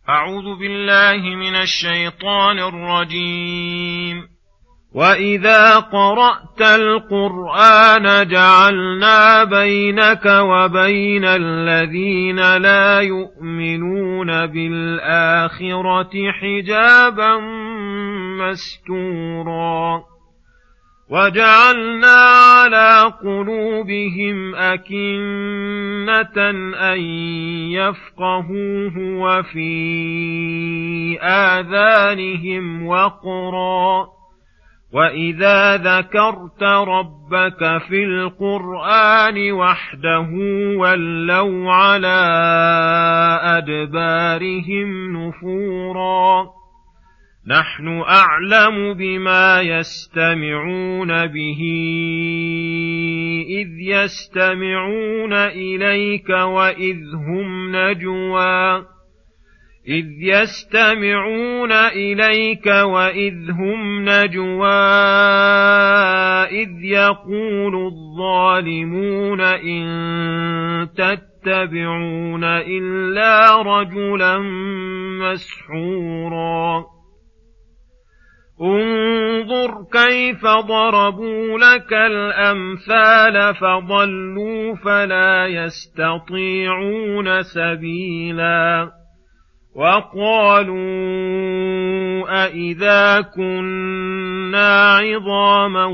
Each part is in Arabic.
أعوذ بالله من الشيطان الرجيم. وإذا قرأت القرآن جعلنا بينك وبين الذين لا يؤمنون بالآخرة حجابا مستورا وجعلنا على قلوبهم أكنة أن يفقهوه وفي آذانهم وقرا وإذا ذكرت ربك في القرآن وحده ولوا على أدبارهم نفورا نحن أعلم بما يستمعون به إذ يستمعون إليك وإذ هم نجوى إذ يقول الظالمون إن تتبعون إلا رجلا مسحورا انظر كيف ضربوا لك الأمثال فضلوا فلا يستطيعون سبيلا وقالوا أإذا كنا عظاما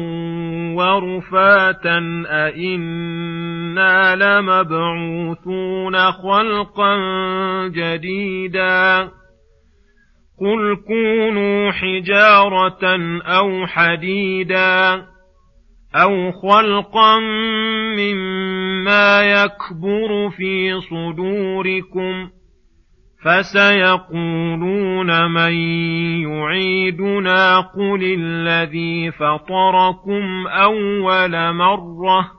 ورفاتا أإنا لمبعوثون خلقا جديدا قل كونوا حجارة أو حديدا أو خلقا مما يكبر في صدوركم فسيقولون من يعيدنا قل الذي فطركم أول مرة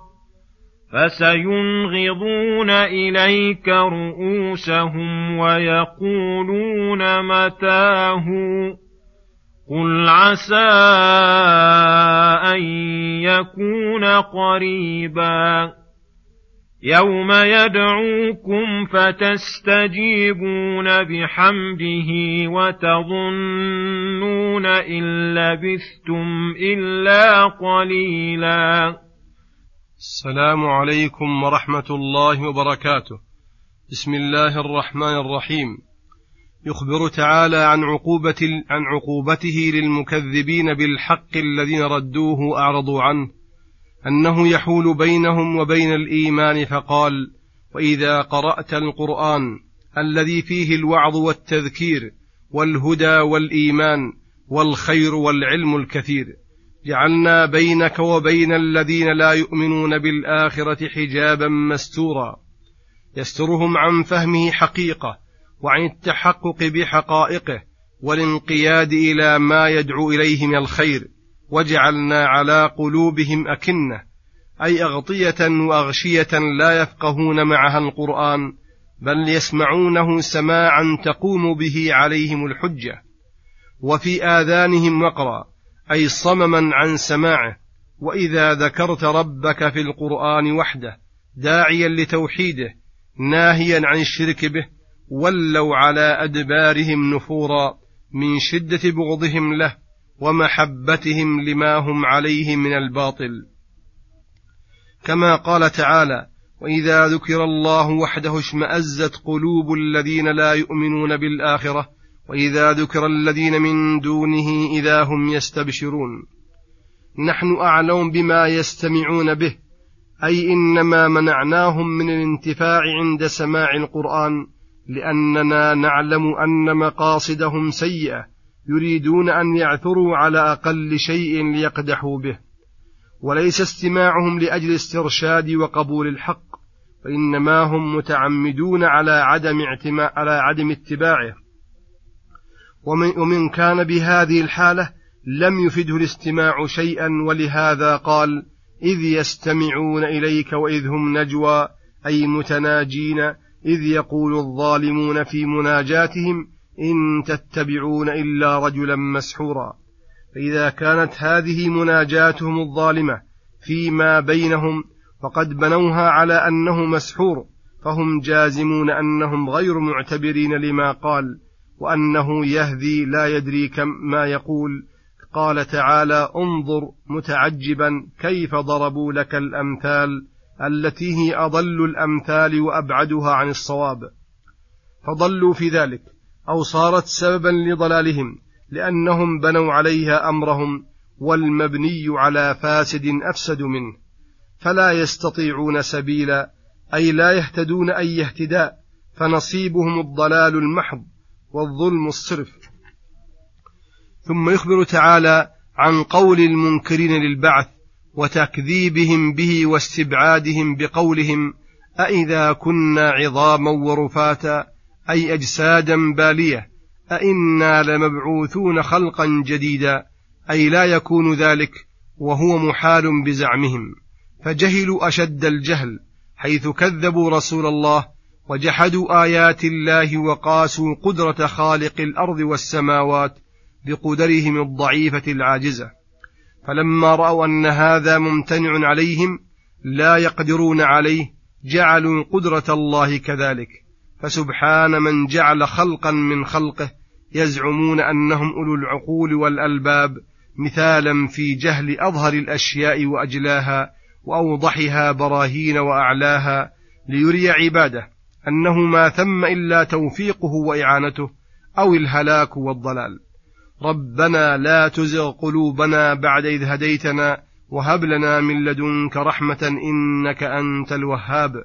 فسينغضون إليك رؤوسهم ويقولون متاه قل عسى أن يكون قريبا يوم يدعوكم فتستجيبون بحمده وتظنون إن لبثتم إلا قليلا. السلام عليكم ورحمة الله وبركاته. بسم الله الرحمن الرحيم. يخبر تعالى عن عقوبته للمكذبين بالحق الذين ردوه وأعرضوا عنه أنه يحول بينهم وبين الإيمان فقال وإذا قرأت القرآن الذي فيه الوعظ والتذكير والهدى والإيمان والخير والعلم الكثير جعلنا بينك وبين الذين لا يؤمنون بالآخرة حجابا مستورا يسترهم عن فهمه حقيقة وعن التحقق بحقائقه والانقياد إلى ما يدعو إليه من الخير وجعلنا على قلوبهم أكنة أي أغطية وأغشية لا يفقهون معها القرآن بل يسمعونه سماعا تقوم به عليهم الحجة وفي آذانهم وقرا أي صمما عن سماعه وإذا ذكرت ربك في القرآن وحده داعيا لتوحيده ناهيا عن الشرك به ولوا على أدبارهم نفورا من شدة بغضهم له ومحبتهم لما هم عليه من الباطل كما قال تعالى وإذا ذكر الله وحده اشمأزت قلوب الذين لا يؤمنون بالآخرة وإذا ذكر الذين من دونه إذا هم يستبشرون. نحن أعلم بما يستمعون به أي إنما منعناهم من الانتفاع عند سماع القرآن لأننا نعلم أن مقاصدهم سيئة يريدون أن يعثروا على أقل شيء ليقدحوا به وليس استماعهم لأجل استرشاد وقبول الحق وإنما هم متعمدون على عدم اتباعه ومن كان بهذه الحالة لم يفده الاستماع شيئا ولهذا قال إذ يستمعون إليك وإذ هم نجوى أي متناجين إذ يقول الظالمون في مناجاتهم إن تتبعون إلا رجلا مسحورا. فإذا كانت هذه مناجاتهم الظالمة فيما بينهم فقد بنوها على أنه مسحور فهم جازمون أنهم غير معتبرين لما قال وأنه يهدي لا يدري ما يقول. قال تعالى: انظر متعجبا كيف ضربوا لك الأمثال التي هي أضل الأمثال وأبعدها عن الصواب، فضلوا في ذلك أو صارت سببا لضلالهم، لأنهم بنوا عليها أمرهم، والمبني على فاسد أفسد منه، فلا يستطيعون سبيلا، أي لا يهتدون أي اهتداء، فنصيبهم الضلال المحض والظلم الصرف. ثم يخبر تعالى عن قول المنكرين للبعث وتكذيبهم به واستبعادهم بقولهم: أإذا كنا عظاما ورفاتا، أي أجسادا بالية، أإنا لمبعوثون خلقا جديدا، أي لا يكون ذلك، وهو محال بزعمهم، فجهلوا أشد الجهل، حيث كذبوا رسول الله وجحدوا آيات الله وقاسوا قدرة خالق الأرض والسماوات بقدرهم الضعيفة العاجزة، فلما رأوا أن هذا ممتنع عليهم لا يقدرون عليه جعلوا قدرة الله كذلك، فسبحان من جعل خلقا من خلقه يزعمون أنهم أولو العقول والألباب، مثالا في جهل أظهر الأشياء وأجلاها وأوضحها براهين وأعلاها، ليري عباده أنه ما ثم إلا توفيقه وإعانته أو الهلاك والضلال. ربنا لا تزغ قلوبنا بعد إذ هديتنا وهب لنا من لدنك رحمة إنك أنت الوهاب.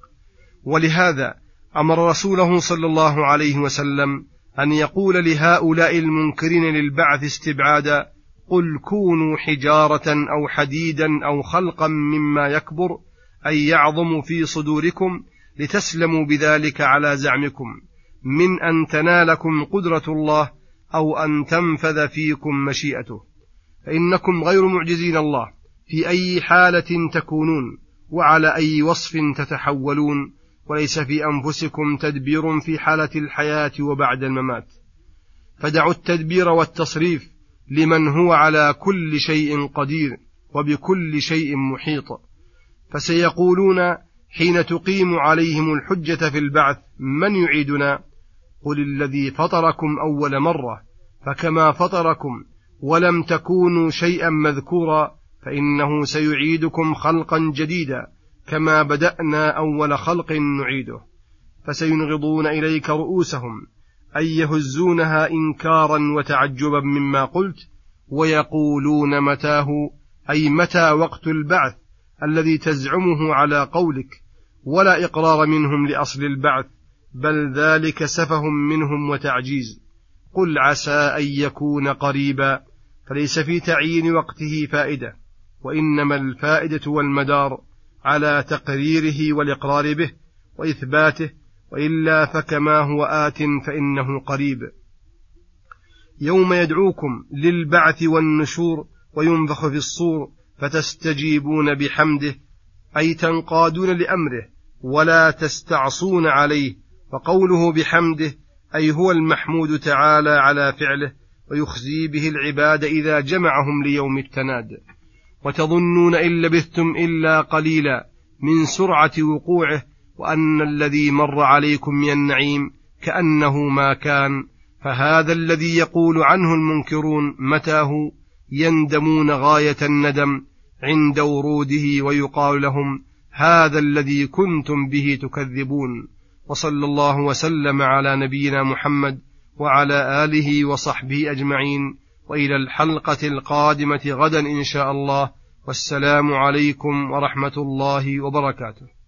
ولهذا أمر رسوله صلى الله عليه وسلم أن يقول لهؤلاء المنكرين للبعث استبعادا: قل كونوا حجارة أو حديدا أو خلقا مما يكبر، أي يعظم في صدوركم، لتسلموا بذلك على زعمكم من أن تنالكم قدرة الله أو أن تنفذ فيكم مشيئته، فإنكم غير معجزين الله في أي حالة تكونون وعلى أي وصف تتحولون، وليس في أنفسكم تدبير في حالة الحياة وبعد الممات، فدعوا التدبير والتصريف لمن هو على كل شيء قدير وبكل شيء محيط. فسيقولون حين تقيم عليهم الحجة في البعث: من يعيدنا؟ قل الذي فطركم أول مرة، فكما فطركم ولم تكونوا شيئا مذكورا فإنه سيعيدكم خلقا جديدا كما بدأنا أول خلق نعيده. فسينغضون إليك رؤوسهم، أي يهزونها إنكارا وتعجبا مما قلت، ويقولون متاه، أي متى وقت البعث الذي تزعمه على قولك، ولا إقرار منهم لأصل البعث، بل ذلك سفه منهم وتعجيز. قل عسى أن يكون قريبا، فليس في تعيين وقته فائدة، وإنما الفائدة والمدار على تقريره والإقرار به وإثباته، وإلا فكما هو آت فإنه قريب. يوم يدعوكم للبعث والنشور وينفخ في الصور فتستجيبون بحمده، أي تنقادون لأمره ولا تستعصون عليه، فقوله بحمده أي هو المحمود تعالى على فعله، ويخزي به العباد إذا جمعهم ليوم التناد. وتظنون إن لبثتم إلا قليلا من سرعة وقوعه، وأن الذي مر عليكم من النعيم كأنه ما كان، فهذا الذي يقول عنه المنكرون متاه، يندمون غاية الندم عند وروده، ويقال لهم هذا الذي كنتم به تكذبون. وصلى الله وسلم على نبينا محمد وعلى آله وصحبه أجمعين، وإلى الحلقة القادمة غدا إن شاء الله، والسلام عليكم ورحمة الله وبركاته.